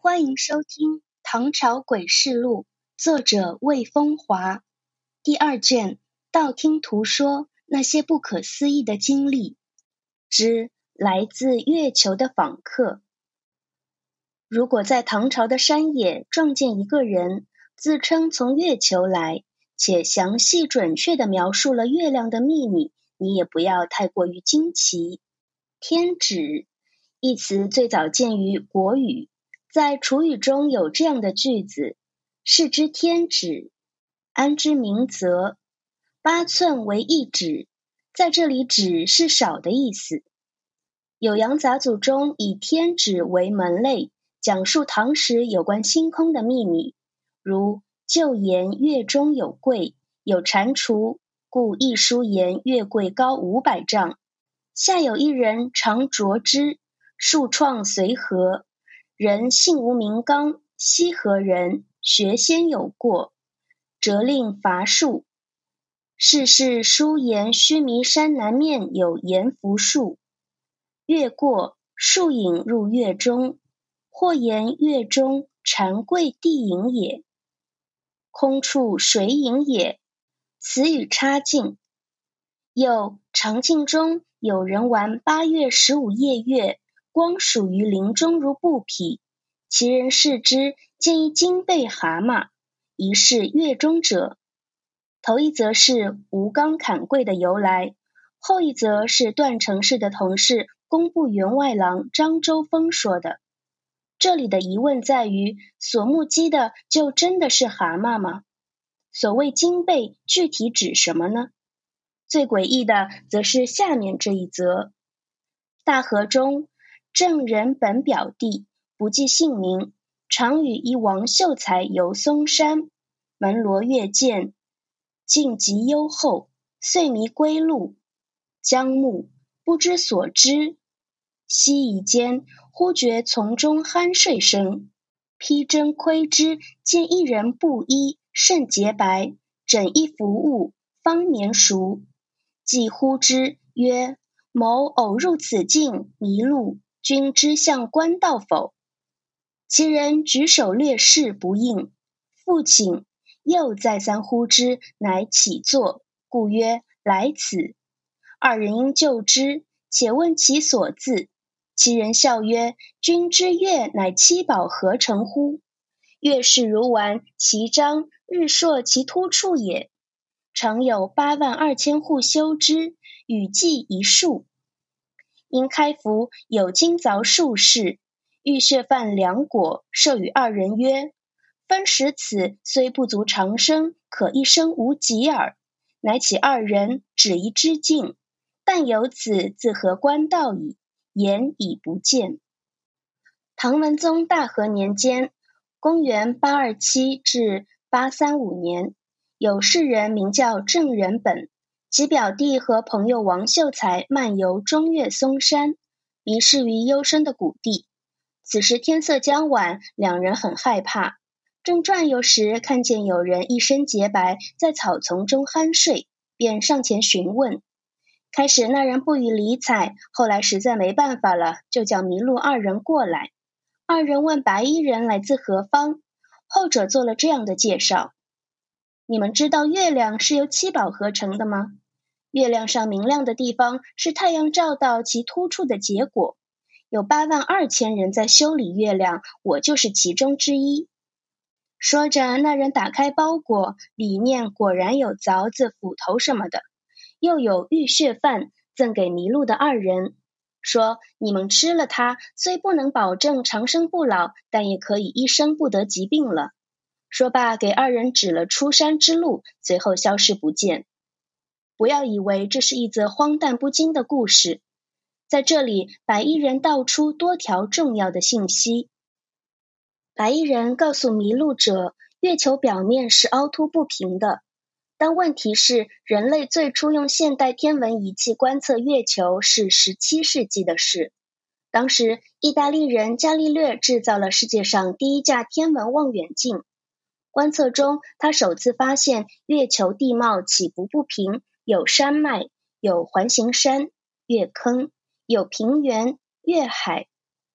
欢迎收听《唐朝诡事录》，作者魏风华，第二卷，道听途说那些不可思议的经历之来自月球的访客。如果在唐朝的山野撞见一个人，自称从月球来，且详细准确地描述了月亮的秘密，你也不要太过于惊奇。天指一词最早见于国语，在楚语中有这样的句子：是之天指，安之明则，8寸为一指，在这里指是少的意思。酉阳杂俎中以天指为门类，讲述唐时有关星空的秘密，如旧言月中有桂，有蟾蜍，故一书言月桂高500丈。下有一人常斫之，树创随和，人姓无名纲，西河人，学先有过，责令伐树。是书言须弥山南面有盐福树，月过，树影入月中，或言月中蟾桂地影也，空处水影也。此语差劲。又长庆中有人玩8月15夜月，光属于林中如布匹，其人视之，见一金背蛤蟆，疑是月中者。头一则是吴刚砍桂的由来，后一则是段成式的同事工部员外郎张周峰说的。这里的疑问在于，所目击的就真的是蛤蟆吗？所谓金背具体指什么呢？最诡异的则是下面这一则：大河中，郑人本表弟，不记姓名，常与一王秀才游嵩山，门罗月见，境极幽厚，遂迷归路，将暮，不知所之。夕已间，忽觉从中酣睡声，披针窥之，见一人布衣，甚洁白，枕一服物，方眠熟。既呼之，曰：某偶入此境，迷路，君知向官道否？其人举手略视，不应。复请，又再三呼之，乃起坐，故曰：来此。二人应就之，且问其所自。其人笑曰：君之月乃七宝合成乎？月是如丸，其章日朔其突处也。常有82000户修之，雨季一数。因开服有金凿术士，玉屑饭2果，授与二人曰：分食此虽不足长生，可一生无疾耳。乃启二人止一之境，但由此自合官道矣，言已不见。唐文宗大和年间，公元827至835年，有士人名叫郑人本，其表弟和朋友王秀才漫游中岳嵩山，迷失于幽深的谷地。此时天色将晚，两人很害怕，正转悠时，看见有人一身洁白，在草丛中酣睡，便上前询问。开始那人不予理睬，后来实在没办法了，就叫麋鹿二人过来。二人问白衣人来自何方，后者做了这样的介绍：你们知道月亮是由7宝合成的吗？月亮上明亮的地方是太阳照到其突出的结果，有82000人在修理月亮，我就是其中之一。说着，那人打开包裹，里面果然有凿子、斧头什么的，又有玉屑饭赠给迷路的二人，说你们吃了它，虽不能保证长生不老，但也可以一生不得疾病了。说罢给二人指了出山之路，随后消失不见。不要以为这是一则荒诞不经的故事，在这里白衣人道出多条重要的信息。白衣人告诉迷路者，月球表面是凹凸不平的，但问题是人类最初用现代天文仪器观测月球是17世纪的事。当时意大利人伽利略制造了世界上第一架天文望远镜，观测中他首次发现月球地貌起伏不平，有山脉，有环形山、月坑，有平原、月海。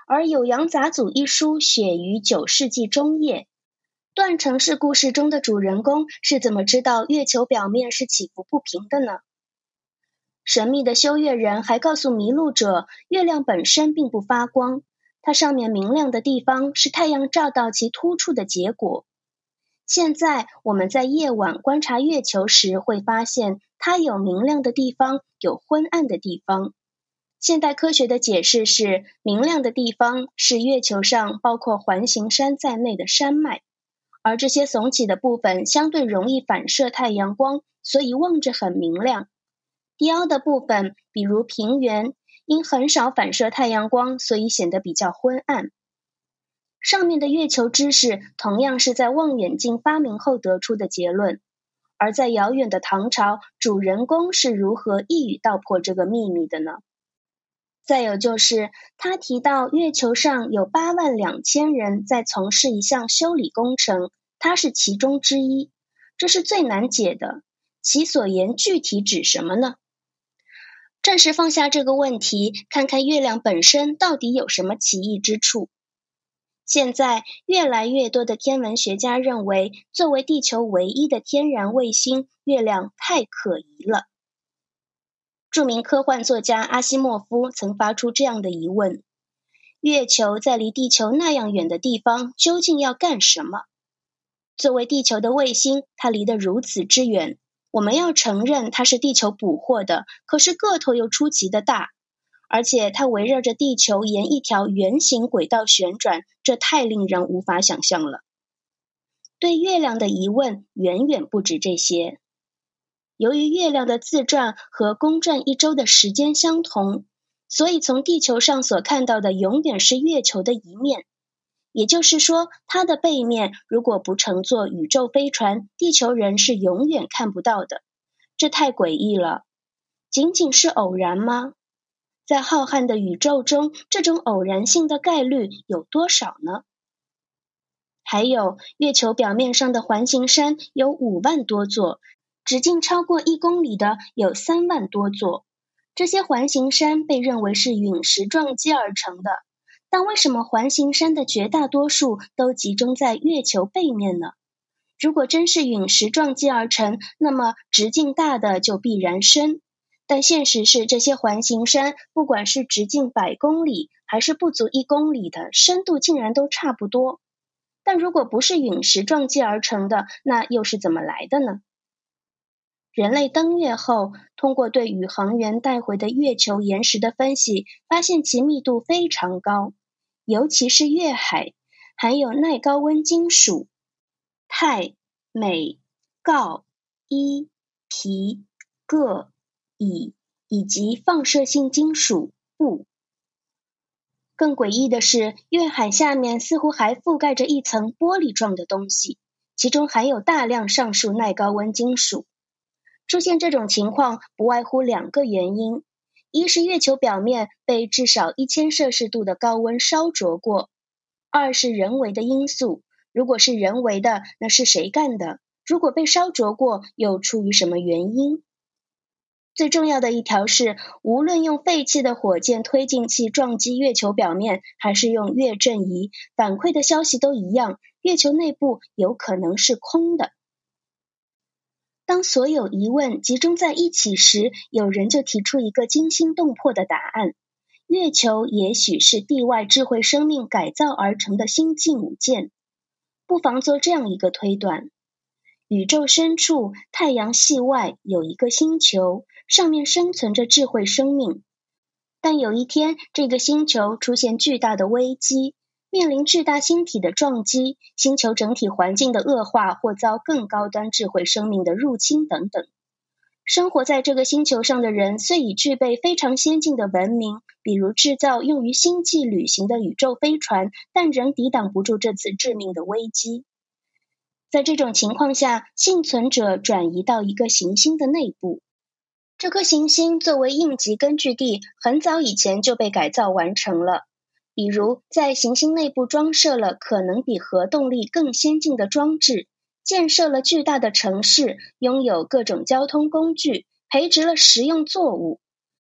而《酉阳杂俎》一书写于9世纪中叶。段成式故事中的主人公是怎么知道月球表面是起伏不平的呢？神秘的修月人还告诉迷路者，月亮本身并不发光，它上面明亮的地方是太阳照到其突出的结果。现在我们在夜晚观察月球时会发现，它有明亮的地方，有昏暗的地方。现代科学的解释是，明亮的地方是月球上包括环形山在内的山脉，而这些耸起的部分相对容易反射太阳光，所以望着很明亮。低凹的部分，比如平原，因很少反射太阳光，所以显得比较昏暗。上面的月球知识同样是在望远镜发明后得出的结论，而在遥远的唐朝，主人公是如何一语道破这个秘密的呢？再有就是他提到月球上有82000人在从事一项修理工程，他是其中之一，这是最难解的，其所言具体指什么呢？暂时放下这个问题，看看月亮本身到底有什么奇异之处。现在越来越多的天文学家认为，作为地球唯一的天然卫星，月亮太可疑了。著名科幻作家阿西莫夫曾发出这样的疑问：月球在离地球那样远的地方究竟要干什么？作为地球的卫星，它离得如此之远，我们要承认它是地球捕获的，可是个头又出奇的大，而且它围绕着地球沿一条圆形轨道旋转，这太令人无法想象了。对月亮的疑问远远不止这些。由于月亮的自转和公转一周的时间相同，所以从地球上所看到的永远是月球的一面。也就是说，它的背面如果不乘坐宇宙飞船，地球人是永远看不到的。这太诡异了。仅仅是偶然吗？在浩瀚的宇宙中，这种偶然性的概率有多少呢？还有，月球表面上的环形山有5万多座，直径超过1公里的有3万多座。这些环形山被认为是陨石撞击而成的，但为什么环形山的绝大多数都集中在月球背面呢？如果真是陨石撞击而成，那么直径大的就必然深。但现实是，这些环形山不管是直径100公里，还是不足1公里的，深度竟然都差不多。但如果不是陨石撞击而成的，那又是怎么来的呢？人类登月后，通过对宇航员带回的月球岩石的分析，发现其密度非常高，尤其是月海，含有耐高温金属钛、镁、锆、铱、铍、铬、乙以及放射性金属钚。更诡异的是，月海下面似乎还覆盖着一层玻璃状的东西，其中含有大量上述耐高温金属。出现这种情况不外乎2个原因，一是月球表面被至少1000摄氏度的高温烧灼过，二是人为的因素，如果是人为的，那是谁干的？如果被烧灼过，又出于什么原因？最重要的一条是，无论用废弃的火箭推进器撞击月球表面，还是用月震仪，反馈的消息都一样，月球内部有可能是空的。当所有疑问集中在一起时，有人就提出一个惊心动魄的答案：月球也许是地外智慧生命改造而成的新继母舰。不妨做这样一个推断：宇宙深处，太阳系外有一个星球，上面生存着智慧生命。但有一天，这个星球出现巨大的危机，面临巨大星体的撞击，星球整体环境的恶化，或遭更高端智慧生命的入侵等等。生活在这个星球上的人虽已具备非常先进的文明，比如制造用于星际旅行的宇宙飞船，但仍抵挡不住这次致命的危机。在这种情况下，幸存者转移到一个行星的内部。这颗行星作为应急根据地，很早以前就被改造完成了。比如，在行星内部装设了可能比核动力更先进的装置，建设了巨大的城市，拥有各种交通工具，培植了食用作物。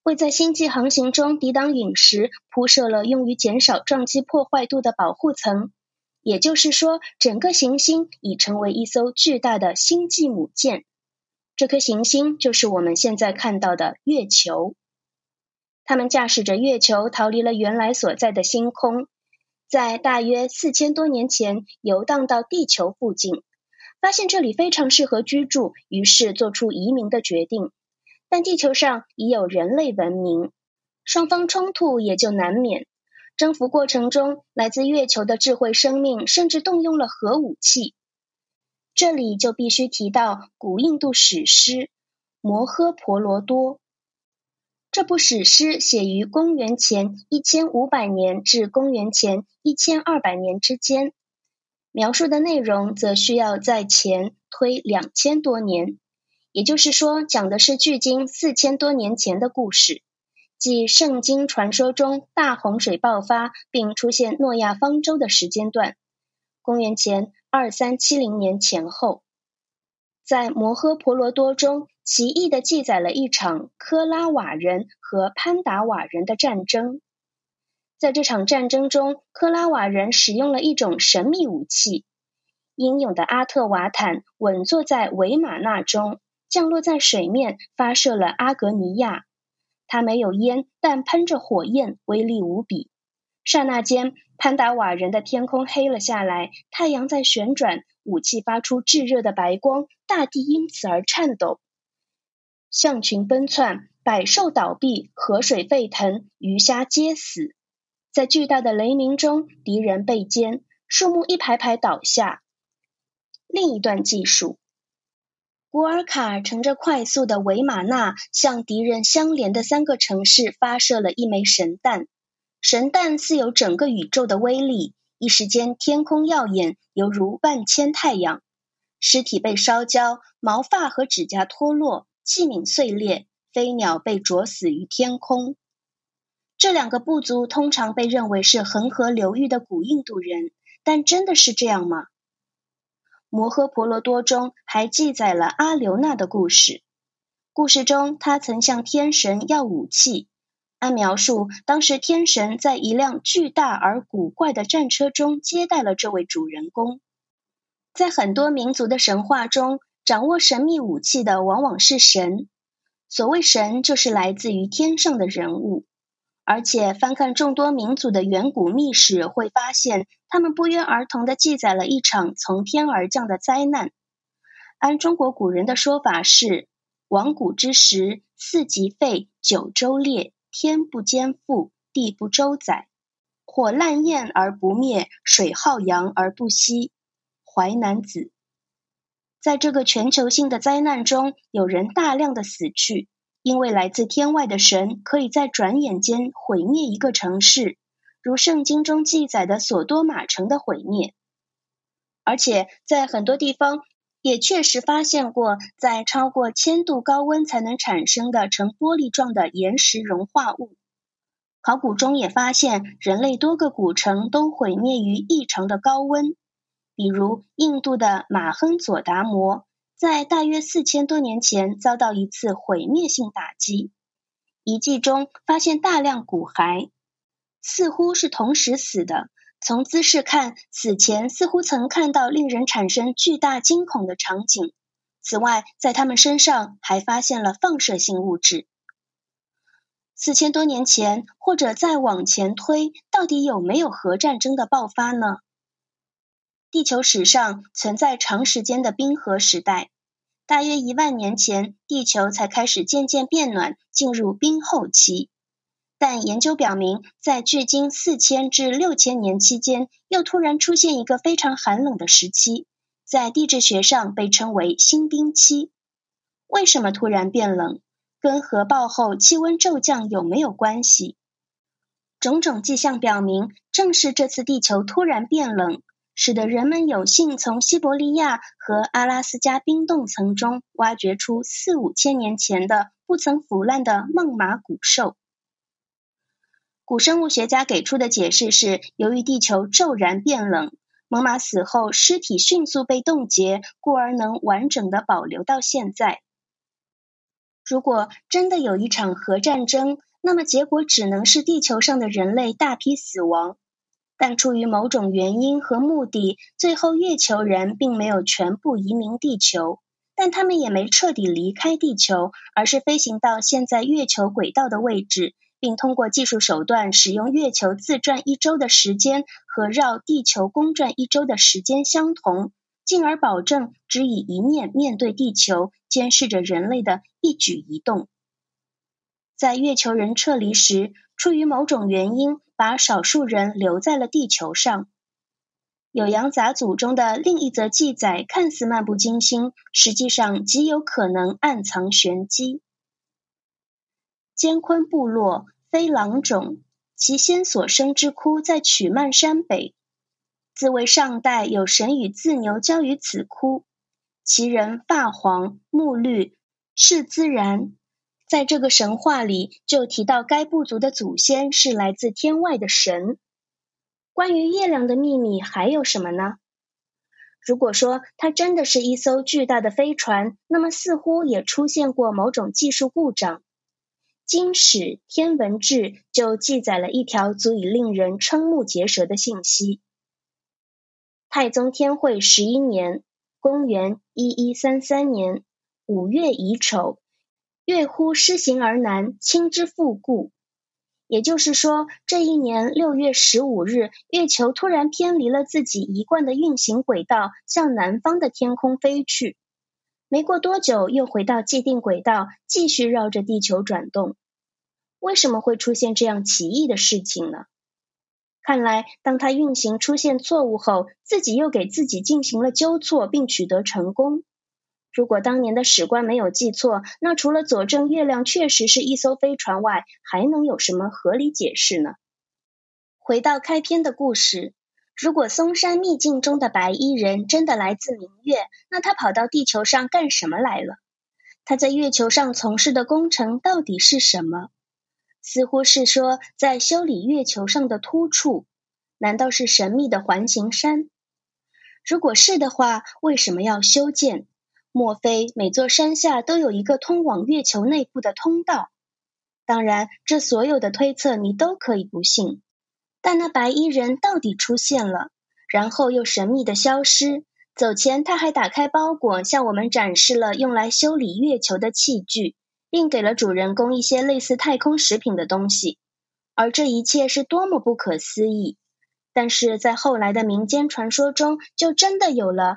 为在星际航行中抵挡陨石铺设了用于减少撞击破坏度的保护层，也就是说，整个行星已成为一艘巨大的星际母舰。这颗行星就是我们现在看到的月球。他们驾驶着月球逃离了原来所在的星空，在大约4000多年前游荡到地球附近，发现这里非常适合居住，于是做出移民的决定。但地球上已有人类文明，双方冲突也就难免。征服过程中，来自月球的智慧生命甚至动用了核武器。这里就必须提到古印度史诗《摩诃婆罗多》。这部史诗写于公元前1500年至公元前1200年之间，描述的内容则需要在前推2000多年，也就是说，讲的是距今4000多年前的故事，即圣经传说中大洪水爆发并出现诺亚方舟的时间段，公元前2370年前后。在摩诃婆罗多中，奇异地记载了一场科拉瓦人和潘达瓦人的战争。在这场战争中，科拉瓦人使用了一种神秘武器，英勇的阿特瓦坦稳坐在维玛纳中，降落在水面，发射了阿格尼亚。它没有烟，但喷着火焰，威力无比。刹那间，潘达瓦人的天空黑了下来，太阳在旋转，武器发出炙热的白光，大地因此而颤抖。象群奔窜，百兽倒闭，河水沸腾，鱼虾皆死。在巨大的雷鸣中，敌人被歼，树木一排排倒下。另一段记述，古尔卡乘着快速的维玛纳向敌人相连的3个城市发射了一枚神弹。神弹似有整个宇宙的威力，一时间天空耀眼，犹如万千太阳。尸体被烧焦，毛发和指甲脱落，器皿碎裂，飞鸟被啄死于天空。这2个部族通常被认为是恒河流域的古印度人，但真的是这样吗？摩诃婆罗多中还记载了阿留那的故事。故事中，他曾向天神要武器。按描述，当时天神在一辆巨大而古怪的战车中接待了这位主人公。在很多民族的神话中，掌握神秘武器的往往是神。所谓神，就是来自于天上的人物。而且翻看众多民族的远古秘史，会发现他们不约而同地记载了一场从天而降的灾难。按中国古人的说法是：亡古之时，4极废，9州裂，天不兼覆，地不周载，火烂焰而不灭，水浩洋而不息。淮南子。在这个全球性的灾难中，有人大量的死去，因为来自天外的神可以在转眼间毁灭一个城市，如圣经中记载的索多玛城的毁灭。而且在很多地方也确实发现过在超过1000度高温才能产生的呈玻璃状的岩石融化物。考古中也发现人类多个古城都毁灭于异常的高温，比如印度的马亨佐达摩在大约4000多年前遭到一次毁灭性打击，遗迹中发现大量骨骸，似乎是同时死的。从姿势看，死前似乎曾看到令人产生巨大惊恐的场景。此外，在他们身上还发现了放射性物质。4000多年前，或者再往前推，到底有没有核战争的爆发呢？地球史上存在长时间的冰河时代，大约1万年前，地球才开始渐渐变暖，进入冰后期。但研究表明，在距今4000至6000年期间，又突然出现一个非常寒冷的时期，在地质学上被称为新冰期。为什么突然变冷？跟核爆后气温骤降有没有关系？种种迹象表明，正是这次地球突然变冷，使得人们有幸从西伯利亚和阿拉斯加冰冻层中挖掘出4-5千年前的不曾腐烂的孟马古兽。古生物学家给出的解释是，由于地球骤然变冷，猛犸死后尸体迅速被冻结，故而能完整地保留到现在。 如果真的有一场核战争，那么结果只能是地球上的人类大批死亡。但出于某种原因和目的，最后月球人并没有全部移民地球，但他们也没彻底离开地球，而是飞行到现在月球轨道的位置，并通过技术手段使用月球自转一周的时间和绕地球公转一周的时间相同，进而保证只以一面面对地球，监视着人类的一举一动。在月球人撤离时，出于某种原因，把少数人留在了地球上。酉阳杂俎中的另一则记载看似漫不经心，实际上极有可能暗藏玄机。艰昆部落非郎种，其先所生之窟在曲曼山北。自谓上代有神与自牛交于此窟，其人发黄，目绿，视孜然。在这个神话里就提到该部族的祖先是来自天外的神。关于月亮的秘密还有什么呢？如果说它真的是一艘巨大的飞船，那么似乎也出现过某种技术故障。经史天文志就记载了一条足以令人瞠目结舌的信息。太宗天会11年，公元1133年5月乙丑，月乎施行而南，清之复故。也就是说，这一年6月15日，月球突然偏离了自己一贯的运行轨道，向南方的天空飞去。没过多久，又回到既定轨道，继续绕着地球转动。为什么会出现这样奇异的事情呢？看来，当它运行出现错误后，自己又给自己进行了纠错，并取得成功。如果当年的史官没有记错，那除了佐证月亮确实是一艘飞船外，还能有什么合理解释呢？回到开篇的故事，如果嵩山秘境中的白衣人真的来自明月，那他跑到地球上干什么来了？他在月球上从事的工程到底是什么？似乎是说在修理月球上的突触，难道是神秘的环形山？如果是的话，为什么要修建？莫非每座山下都有一个通往月球内部的通道？当然，这所有的推测你都可以不信。但那白衣人到底出现了，然后又神秘地消失。走前他还打开包裹，向我们展示了用来修理月球的器具，并给了主人公一些类似太空食品的东西。而这一切是多么不可思议！但是在后来的民间传说中，就真的有了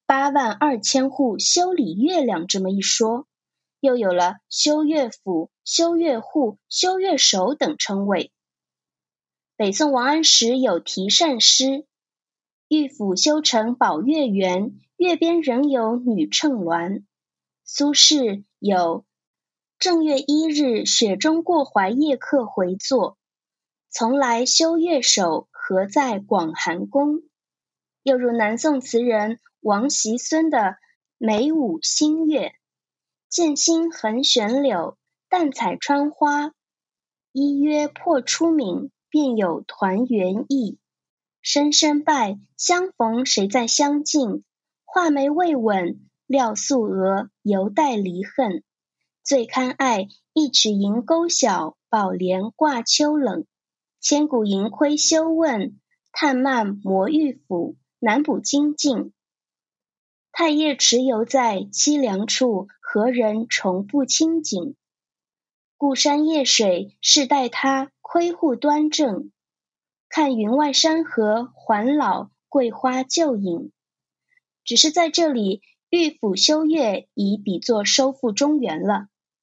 82000户修理月亮这么一说，又有了修乐府、修乐户、修乐手等称谓。北宋王安石有题善诗：玉府修成宝月圆，月边仍有女乘鸾。苏轼有正月1日雪中过淮夜客回作，从来修乐手，何在广寒宫。又如南宋词人王习孙的梅舞新月，见星横悬柳，淡彩穿花，依约破初泯，便有团圆意。深深拜，相逢谁在相近？画眉未稳，料素娥，犹待离恨。最堪爱，一曲银钩晓，宝帘挂秋冷。千古银盔休问，叹漫魔玉府，难补精进。太液池犹在凄凉处，何人重复清景？故山夜水，是待他窥户端正。看云外山河，还老桂花旧影。只是在这里，玉府修月已比作收复中原了。